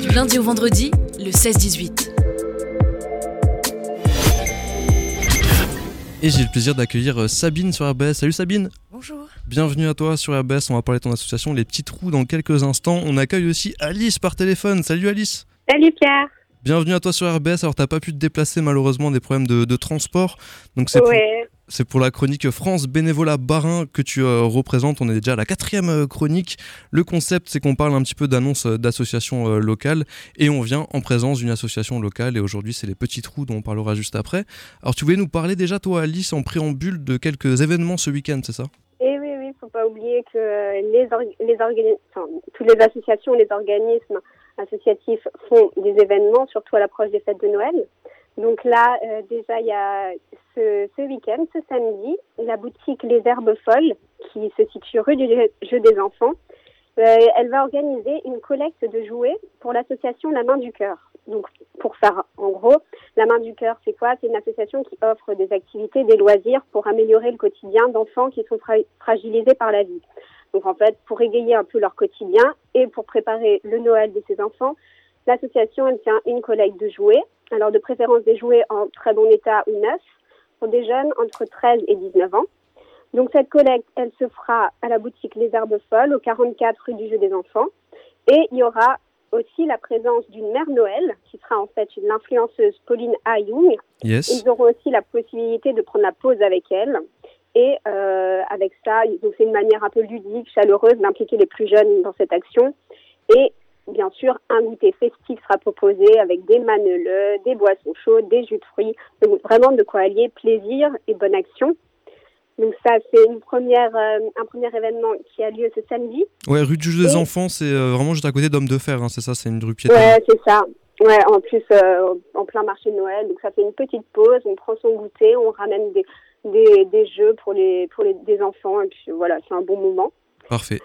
Du lundi au vendredi, le 16-18. Et j'ai le plaisir d'accueillir Sabine sur RBS. Salut Sabine. Bonjour. Bienvenue à toi sur RBS, on va parler de ton association Les Petits Trous dans quelques instants. On accueille aussi Alice par téléphone. Salut Alice. Salut Pierre. Bienvenue à toi sur RBS. Alors t'as pas pu te déplacer malheureusement, des problèmes de transport. Donc c'est pour la chronique France Bénévolat Bas-Rhin que tu représentes. On est déjà à la 4e chronique. Le concept, c'est qu'on parle un petit peu d'annonces d'associations locales et on vient en présence d'une association locale. Et aujourd'hui, c'est les Petits Trous dont on parlera juste après. Alors tu voulais nous parler déjà, toi Alice, en préambule de quelques événements ce week-end, c'est ça ? Et oui, faut pas oublier que toutes les associations, les organismes associatifs font des événements, surtout à l'approche des fêtes de Noël. Donc là, déjà, il y a ce week-end, ce samedi, la boutique Les Herbes Folles, qui se situe rue du Jeu des Enfants, elle va organiser une collecte de jouets pour l'association La Main du Cœur. Donc, pour faire, en gros, La Main du Cœur, c'est quoi ? C'est une association qui offre des activités, des loisirs pour améliorer le quotidien d'enfants qui sont fragilisés par la vie. Donc, en fait, pour égayer un peu leur quotidien et pour préparer le Noël de ces enfants, l'association, elle tient une collecte de jouets. Alors, de préférence des jouets en très bon état ou neufs pour des jeunes entre 13 et 19 ans. Donc, cette collecte, elle se fera à la boutique Les Herbes Folles, au 44 rue du Jeu des Enfants. Et il y aura aussi la présence d'une mère Noël, qui sera en fait l'influenceuse Pauline A. Young. Yes. Ils auront aussi la possibilité de prendre la pause avec elle. Et avec ça, donc c'est une manière un peu ludique, chaleureuse d'impliquer les plus jeunes dans cette action. Et bien sûr, un goûter festif sera proposé avec des maneleux, des boissons chaudes, des jus de fruits. Donc vraiment de quoi allier plaisir et bonne action. Donc ça, c'est un premier événement qui a lieu ce samedi. Ouais, rue du Jeu des Enfants, c'est vraiment juste à côté d'Homme de Fer, hein, c'est ça, c'est une rue piétonne. Ouais, c'est ça. Ouais, en plus, en plein marché de Noël. Donc ça fait une petite pause, on prend son goûter, on ramène des jeux pour des enfants. Et puis voilà, c'est un bon moment. Parfait.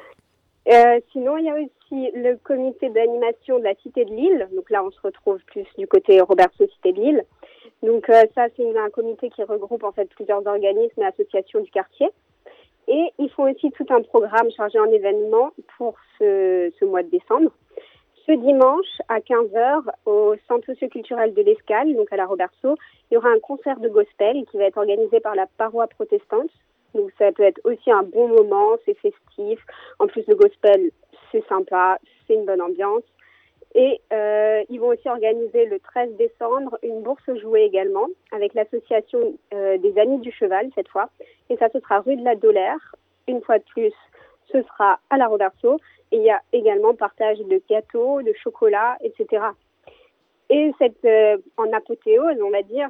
Sinon, il y a aussi le comité d'animation de la Cité de Lille. Donc là, on se retrouve plus du côté Roberceau Cité de Lille. Donc ça, c'est un comité qui regroupe en fait plusieurs organismes et associations du quartier. Et ils font aussi tout un programme chargé en événements pour ce mois de décembre. Ce dimanche, à 15h, au centre socioculturel de l'Escale, donc à la Roberceau, il y aura un concert de gospel qui va être organisé par la paroisse protestante. Donc ça peut être aussi un bon moment, c'est festif. En plus, le gospel, c'est sympa, c'est une bonne ambiance. Et ils vont aussi organiser le 13 décembre une bourse jouets également, avec l'association des Amis du Cheval cette fois. Et ça, ce sera rue de la Dolère. Une fois de plus, ce sera à la Roberceau. Et il y a également partage de gâteaux, de chocolat, etc. Et en apothéose, on va dire,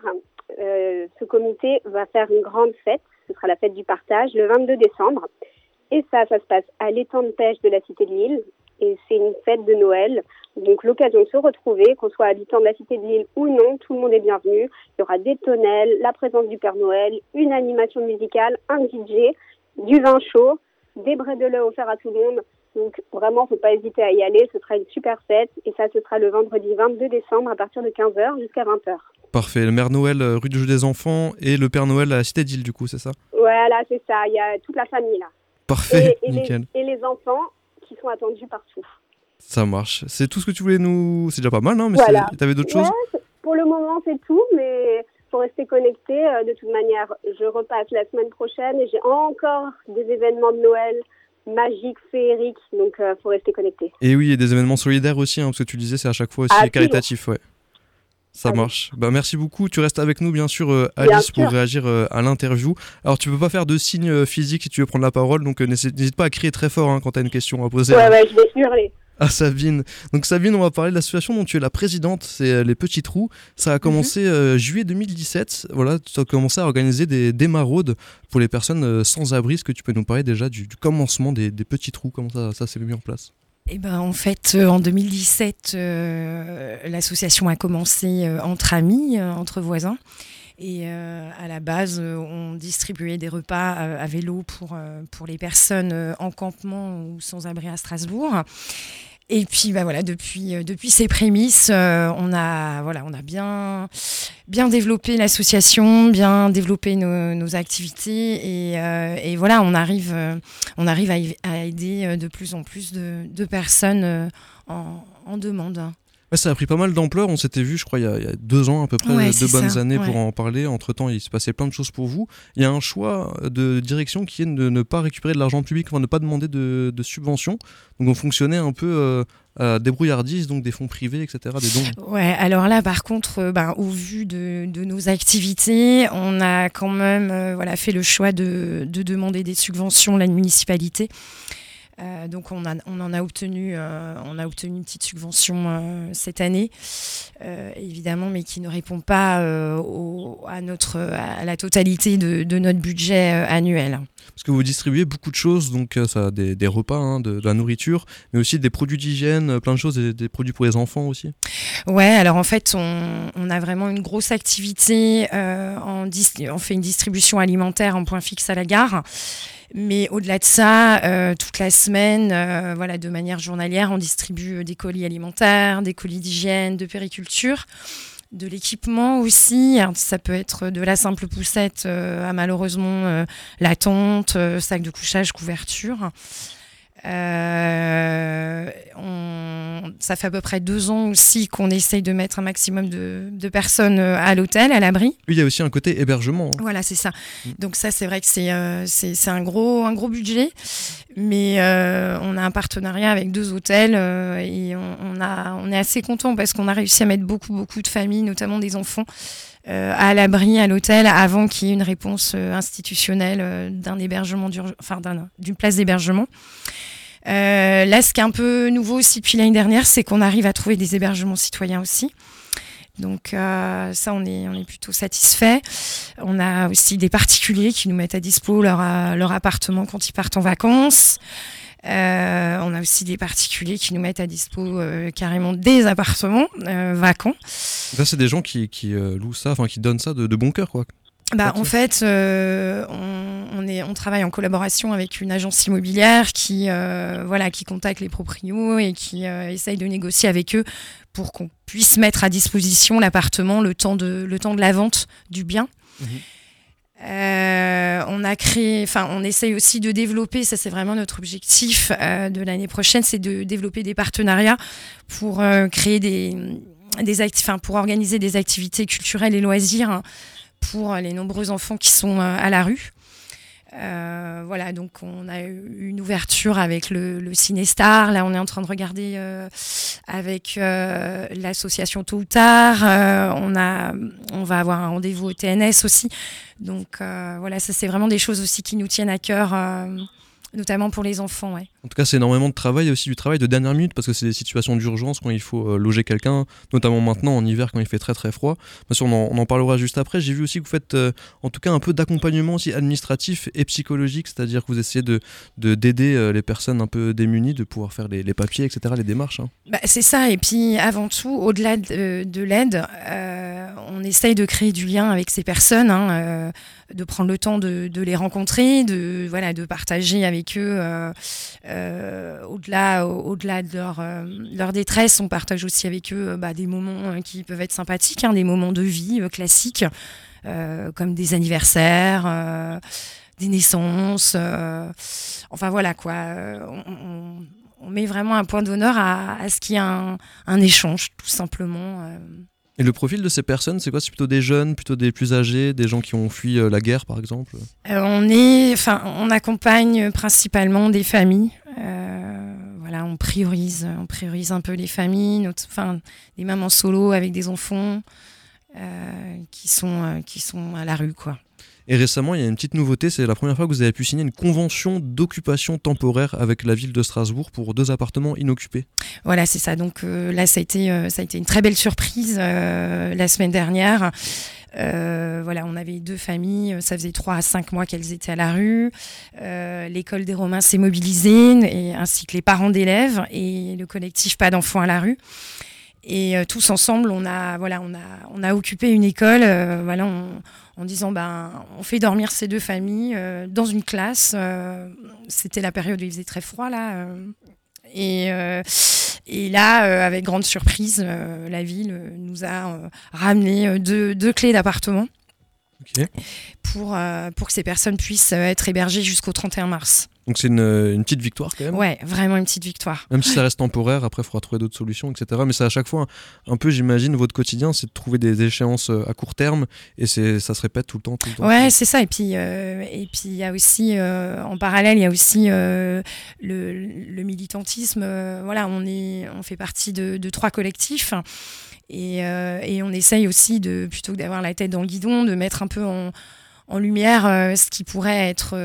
ce comité va faire une grande fête. Ce sera la fête du partage le 22 décembre. Et ça se passe à l'étang de pêche de la Cité de Lille. Et c'est une fête de Noël. Donc l'occasion de se retrouver, qu'on soit habitant de la Cité de Lille ou non, tout le monde est bienvenu. Il y aura des tonnelles, la présence du Père Noël, une animation musicale, un DJ, du vin chaud, des brédelets offerts à tout le monde. Donc vraiment, faut pas hésiter à y aller, ce sera une super fête. Et ça, ce sera le vendredi 22 décembre à partir de 15h jusqu'à 20h. Parfait, le Mère Noël, rue du Jeu des Enfants et le Père Noël à la Cité d'Île, du coup, c'est ça ? Voilà, c'est ça, il y a toute la famille là. Parfait, nickel. Et les enfants qui sont attendus partout. Ça marche. C'est tout ce que tu voulais nous... C'est déjà pas mal, non ? Mais voilà. T'avais d'autres choses ? Pour le moment, c'est tout, mais faut rester connecté. De toute manière, je repasse la semaine prochaine et j'ai encore des événements de Noël magiques, féeriques, donc faut rester connecté. Et oui, et des événements solidaires aussi, hein, parce que tu le disais, c'est à chaque fois aussi caritatif, ouais. Ça marche. Bah, merci beaucoup. Tu restes avec nous, bien sûr, Alice, pour réagir à l'interview. Alors, tu peux pas faire de signes physiques si tu veux prendre la parole, donc n'hésite pas à crier très fort quand tu as une question à poser. Ouais, je vais hurler. À Sabine. Donc Sabine, on va parler de l'association dont tu es la présidente, c'est Les Petits Trous. Ça a commencé juillet 2017. Voilà, tu as commencé à organiser des maraudes pour les personnes sans abri. Est-ce que tu peux nous parler déjà du commencement des Petits Trous ? Comment ça s'est mis en place ? Eh ben, en fait, en 2017, l'association a commencé entre amis, entre voisins. Et à la base, on distribuait des repas à vélo pour les personnes en campement ou sans abri à Strasbourg. Et puis voilà, depuis ces prémices, on a bien développé l'association, bien développé nos activités et voilà, on arrive à aider de plus en plus de personnes en demande. Ouais, ça a pris pas mal d'ampleur. On s'était vu, je crois, il y a 2 ans à peu près, 2 bonnes années pour en parler. Entre-temps, il se passait plein de choses pour vous. Il y a un choix de direction qui est de ne pas récupérer de l'argent public, enfin, ne pas demander de subventions. Donc on fonctionnait un peu à débrouillardise, donc des fonds privés, etc., des dons. Ouais, alors là, par contre, au vu de nos activités, on a quand même fait le choix de demander des subventions à la municipalité. Donc on en a obtenu une petite subvention cette année, évidemment, mais qui ne répond pas à la totalité de notre budget annuel. Parce que vous distribuez beaucoup de choses, donc ça, des repas, de la nourriture, mais aussi des produits d'hygiène, plein de choses, des produits pour les enfants aussi. Ouais, alors en fait, on a vraiment une grosse activité. On fait une distribution alimentaire en point fixe à la gare. Mais au-delà de ça, toute la semaine, de manière journalière, on distribue des colis alimentaires, des colis d'hygiène, de périculture, de l'équipement aussi. Alors, ça peut être de la simple poussette à malheureusement la tente, sac de couchage, couverture. Ça fait à peu près 2 ans aussi qu'on essaye de mettre un maximum de personnes à l'hôtel, à l'abri. Oui, il y a aussi un côté hébergement. Voilà, c'est ça. Donc ça, c'est vrai que c'est un gros budget, mais on a un partenariat avec 2 hôtels et on est assez content parce qu'on a réussi à mettre beaucoup de familles, notamment des enfants, à l'abri, à l'hôtel, avant qu'il y ait une réponse institutionnelle d'une place d'hébergement. Là, ce qui est un peu nouveau aussi depuis l'année dernière, c'est qu'on arrive à trouver des hébergements citoyens aussi. Donc ça, on est plutôt satisfait. On a aussi des particuliers qui nous mettent à dispo leur appartement quand ils partent en vacances. On a aussi des particuliers qui nous mettent à dispo carrément des appartements vacants. Ça, c'est des gens qui louent ça, enfin qui donnent ça de bon cœur, quoi. En fait, on travaille en collaboration avec une agence immobilière qui contacte les proprios et qui essaye de négocier avec eux pour qu'on puisse mettre à disposition l'appartement le temps de la vente du bien. On essaye aussi de développer, ça c'est vraiment notre objectif de l'année prochaine, c'est de développer des partenariats pour créer pour organiser des activités culturelles et loisirs pour les nombreux enfants qui sont à la rue. Donc on a eu une ouverture avec le Cinestar. Là, on est en train de regarder avec l'association Tôt ou Tard. On va avoir un rendez-vous au TNS aussi. Donc ça c'est vraiment des choses aussi qui nous tiennent à cœur, notamment pour les enfants. Ouais. En tout cas, c'est énormément de travail et aussi du travail de dernière minute parce que c'est des situations d'urgence quand il faut loger quelqu'un, notamment maintenant en hiver quand il fait très très froid. Bien sûr, on en parlera juste après. J'ai vu aussi que vous faites en tout cas un peu d'accompagnement aussi administratif et psychologique, c'est-à-dire que vous essayez d'aider les personnes un peu démunies, de pouvoir faire les papiers, etc., les démarches. C'est ça, et puis avant tout, au-delà de l'aide, on essaye de créer du lien avec ces personnes, de prendre le temps de les rencontrer, de partager avec eux. Au-delà de leur détresse, on partage aussi avec eux des moments qui peuvent être sympathiques, des moments de vie classiques, comme des anniversaires, des naissances. On met vraiment un point d'honneur à ce qu'il y ait un échange, tout simplement. Et le profil de ces personnes, c'est quoi ? C'est plutôt des jeunes, plutôt des plus âgés, des gens qui ont fui la guerre, par exemple ? On accompagne principalement des familles. On priorise un peu les familles, des mamans solo avec des enfants qui sont à la rue, quoi. Et récemment, il y a une petite nouveauté, c'est la première fois que vous avez pu signer une convention d'occupation temporaire avec la ville de Strasbourg pour 2 appartements inoccupés. Voilà, c'est ça. Donc là, ça a été une très belle surprise la semaine dernière. On avait 2 familles, ça faisait 3 à 5 mois qu'elles étaient à la rue. L'école des Romains s'est mobilisée, ainsi que les parents d'élèves et le collectif Pas d'enfants à la rue. Et tous ensemble, on a occupé une école en disant on fait dormir ces 2 familles dans une classe. C'était la période où il faisait très froid là. Et là, avec grande surprise, la ville nous a ramené 2 clés d'appartement. Okay. Pour que ces personnes puissent être hébergées jusqu'au 31 mars. Donc c'est une petite victoire quand même. Ouais, vraiment une petite victoire. Même si ça reste temporaire, après il faudra trouver d'autres solutions, etc. Mais c'est à chaque fois un peu, j'imagine, votre quotidien, c'est de trouver des échéances à court terme et ça se répète tout le temps. Ouais, c'est ça. Et puis il y a aussi, en parallèle, il y a aussi le militantisme. Voilà, on fait partie de 3 collectifs et on essaye aussi plutôt que d'avoir la tête dans le guidon, de mettre un peu en lumière ce qui pourrait être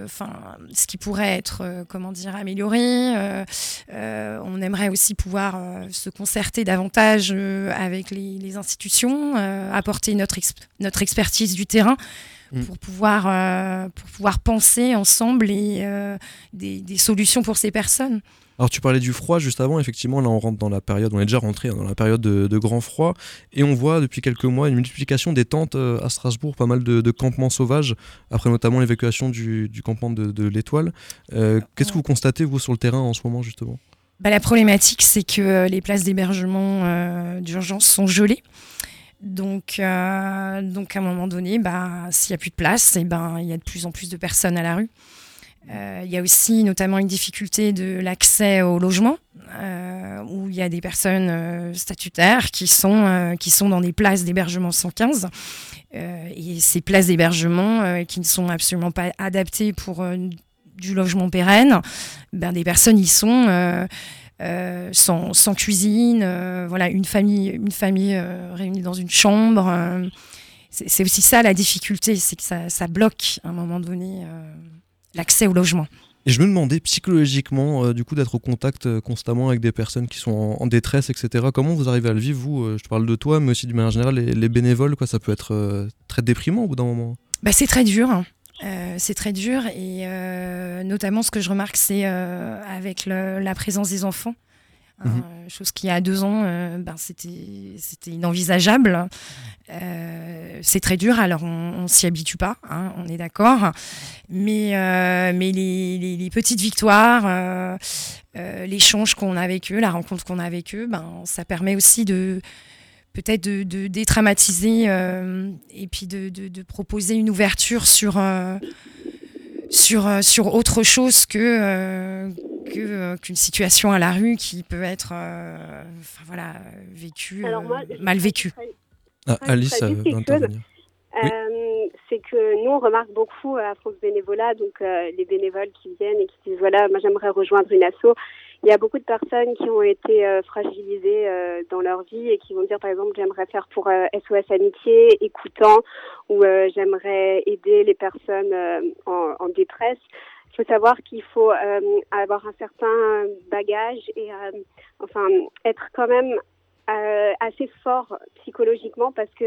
amélioré. On aimerait aussi pouvoir se concerter davantage avec les institutions, apporter notre expertise du terrain pour pouvoir penser ensemble des solutions pour ces personnes. Alors tu parlais du froid juste avant, effectivement là on rentre dans la période, on est déjà rentré dans la période de grand froid et on voit depuis quelques mois une multiplication des tentes à Strasbourg, pas mal de campements sauvages, après notamment l'évacuation du campement de l'Étoile. Qu'est-ce que vous constatez vous sur le terrain en ce moment justement ? La problématique c'est que les places d'hébergement d'urgence sont gelées. Donc à un moment donné, s'il n'y a plus de place, il y a de plus en plus de personnes à la rue. Il y a aussi notamment une difficulté de l'accès au logement, où il y a des personnes statutaires qui sont dans des places d'hébergement 115. Et ces places d'hébergement qui ne sont absolument pas adaptées pour du logement pérenne, des personnes y sont sans cuisine, voilà, une famille réunie dans une chambre. C'est aussi ça la difficulté, c'est que ça bloque à un moment donné l'accès au logement. Et je me demandais psychologiquement, du coup, d'être au contact constamment avec des personnes qui sont en détresse, etc. Comment vous arrivez à le vivre, vous ? Je te parle de toi, mais aussi d'une manière générale, les bénévoles, quoi, ça peut être très déprimant au bout d'un moment. C'est très dur. C'est très dur et notamment ce que je remarque, c'est avec la présence des enfants. Chose qui, il y a 2 ans, c'était inenvisageable. C'est très dur, alors on s'y habitue pas, on est d'accord. Mais les petites victoires, l'échange qu'on a avec eux, la rencontre qu'on a avec eux, ça permet aussi peut-être de détraumatiser et puis de proposer une ouverture sur autre chose qu'une situation à la rue qui peut être vécue, mal vécue. Alice va intervenir. Oui. C'est que nous, on remarque beaucoup à France Bénévolat, donc les bénévoles qui viennent et qui disent voilà, moi j'aimerais rejoindre une asso. Il y a beaucoup de personnes qui ont été fragilisées dans leur vie et qui vont dire par exemple j'aimerais faire pour SOS Amitié, écoutant, ou j'aimerais aider les personnes en détresse. Il faut savoir qu'il faut avoir un certain bagage et être quand même assez fort psychologiquement, parce que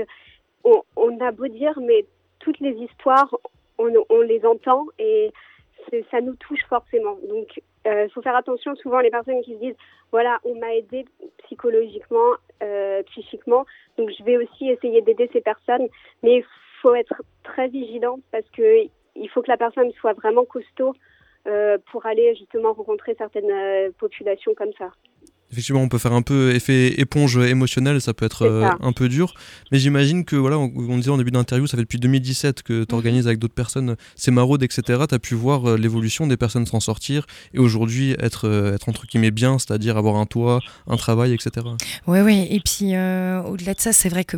on a beau dire, mais toutes les histoires, on les entend et ça nous touche forcément. Donc, il faut faire attention. Souvent, les personnes qui se disent, voilà, on m'a aidé psychologiquement, psychiquement, donc je vais aussi essayer d'aider ces personnes. Mais il faut être très vigilant parce que il faut que la personne soit vraiment costaud pour aller justement rencontrer certaines populations comme ça. Effectivement, on peut faire un peu effet éponge émotionnelle, ça peut être un peu dur. Mais j'imagine que, voilà, on disait en début d'interview, ça fait depuis 2017 que tu organises avec d'autres personnes ces maraudes, etc. Tu as pu voir l'évolution des personnes s'en sortir et aujourd'hui être entre guillemets bien, c'est-à-dire avoir un toit, un travail, etc. Oui. Et puis au-delà de ça, c'est vrai que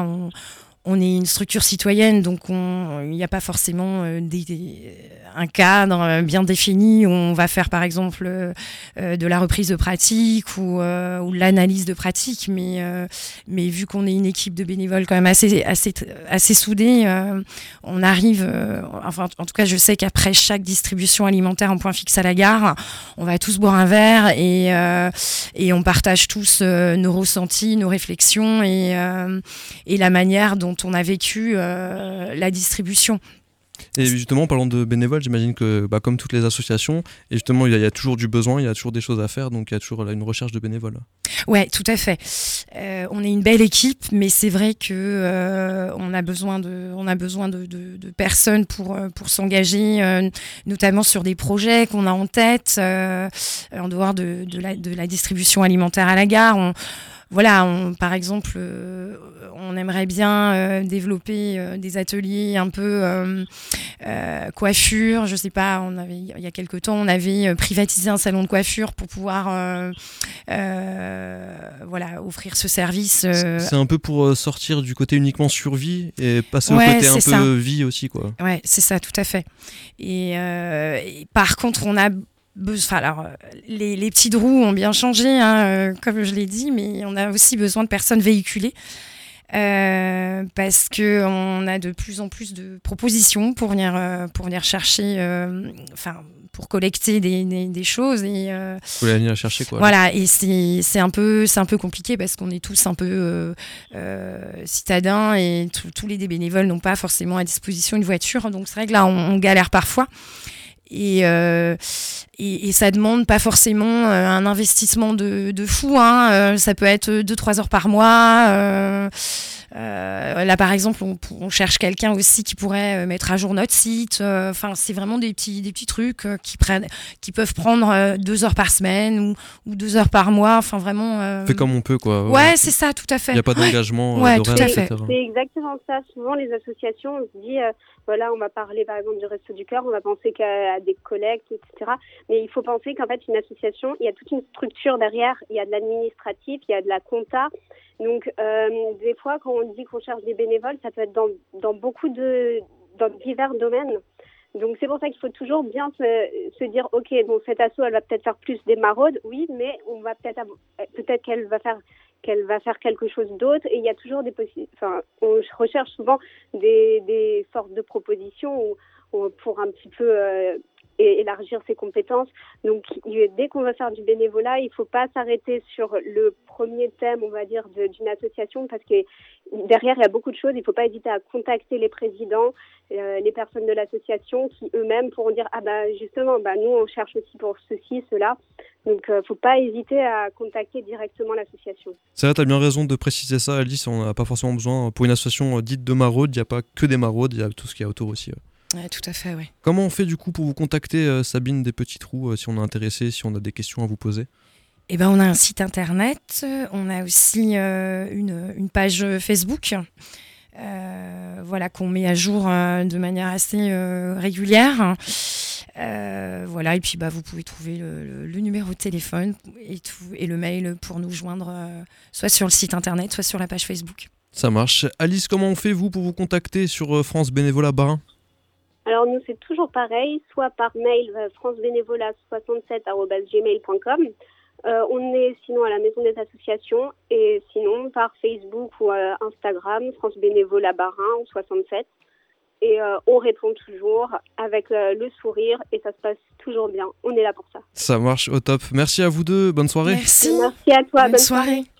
on est une structure citoyenne, donc il n'y a pas forcément un cadre bien défini où on va faire par exemple de la reprise de pratique ou l'analyse de pratique, mais vu qu'on est une équipe de bénévoles quand même assez soudée, on arrive, en tout cas je sais qu'après chaque distribution alimentaire en point fixe à la gare, on va tous boire un verre et on partage tous nos ressentis, nos réflexions et la manière dont on a vécu la distribution. Et justement, en parlant de bénévoles, j'imagine que comme toutes les associations, et justement il y a toujours du besoin, il y a toujours des choses à faire, donc il y a toujours une recherche de bénévoles. Ouais, tout à fait. On est une belle équipe, mais c'est vrai que on a besoin de personnes pour s'engager, notamment sur des projets qu'on a en tête, en dehors de la distribution alimentaire à la gare. voilà, par exemple, on aimerait bien développer des ateliers un peu coiffure. Je sais pas, il y a quelque temps, on avait privatisé un salon de coiffure pour pouvoir voilà, offrir ce service. C'est un peu pour sortir du côté uniquement survie et passer au côté un peu vie aussi, quoi. Ouais, c'est ça, tout à fait. Et par contre, on a alors, les petites roues ont bien changé, hein, comme je l'ai dit, mais on a aussi besoin de personnes véhiculées. Parce qu'on a de plus en plus de propositions pour venir chercher, pour collecter des choses. Et, vous voulez venir chercher, quoi. Voilà, et c'est un peu compliqué parce qu'on est tous un peu citadins et tous les bénévoles n'ont pas forcément à disposition une voiture. Donc c'est vrai que là, on galère parfois. Et ça demande pas forcément un investissement de fou, hein. Ça peut être 2-3 heures par mois. Là, par exemple, on cherche quelqu'un aussi qui pourrait mettre à jour notre site. Enfin, c'est vraiment des petits trucs qui peuvent prendre 2 heures par semaine ou 2 heures par mois. Enfin, vraiment. Fait comme on peut, quoi. Ouais, c'est ça, tout à fait. Il n'y a pas d'engagement d'horaire, tout à fait. etc. C'est exactement ça. Souvent, les associations, on se dit, voilà, on va parler par exemple du Resto du Cœur, on va penser qu'à des collectes, etc. Mais il faut penser qu'en fait, une association, il y a toute une structure derrière. Il y a de l'administratif, il y a de la compta. Donc, des fois, quand on dit qu'on cherche des bénévoles, ça peut être dans dans divers domaines. Donc, c'est pour ça qu'il faut toujours bien se dire, OK, bon, cette asso, elle va peut-être faire plus des maraudes, oui, mais on va peut-être qu'elle va faire quelque chose d'autre. Et il y a toujours on recherche souvent des sortes de propositions pour un petit peu élargir ses compétences. Donc, dès qu'on va faire du bénévolat, il ne faut pas s'arrêter sur le premier thème, on va dire, d'une association, parce que derrière, il y a beaucoup de choses. Il ne faut pas hésiter à contacter les présidents, les personnes de l'association qui eux-mêmes pourront dire « Ah bah justement, nous, on cherche aussi pour ceci, cela ». Donc, il ne faut pas hésiter à contacter directement l'association. C'est vrai, tu as bien raison de préciser ça, Alice. On n'a pas forcément besoin, pour une association dite de maraude, il n'y a pas que des maraudes, il y a tout ce qu'il y a autour aussi. Ouais, tout à fait, oui. Comment on fait du coup pour vous contacter, Sabine des Petites Roues, si on est intéressé, si on a des questions à vous poser? Eh ben, on a un site internet, on a aussi une page Facebook, voilà, qu'on met à jour de manière assez régulière. Voilà, et puis vous pouvez trouver le numéro de téléphone et le mail pour nous joindre, soit sur le site internet, soit sur la page Facebook. Ça marche. Alice, comment on fait vous pour vous contacter sur France Bénévolat Bas-Rhin? Alors nous, c'est toujours pareil, soit par mail francebénévolat67@gmail.com. On est sinon à la Maison des Associations et sinon par Facebook ou Instagram, France Bénévolat Bas-Rhin 67. Et on répond toujours avec le sourire et ça se passe toujours bien. On est là pour ça. Ça marche au top. Merci à vous deux. Bonne soirée. Merci. Merci à toi. Bonne soirée.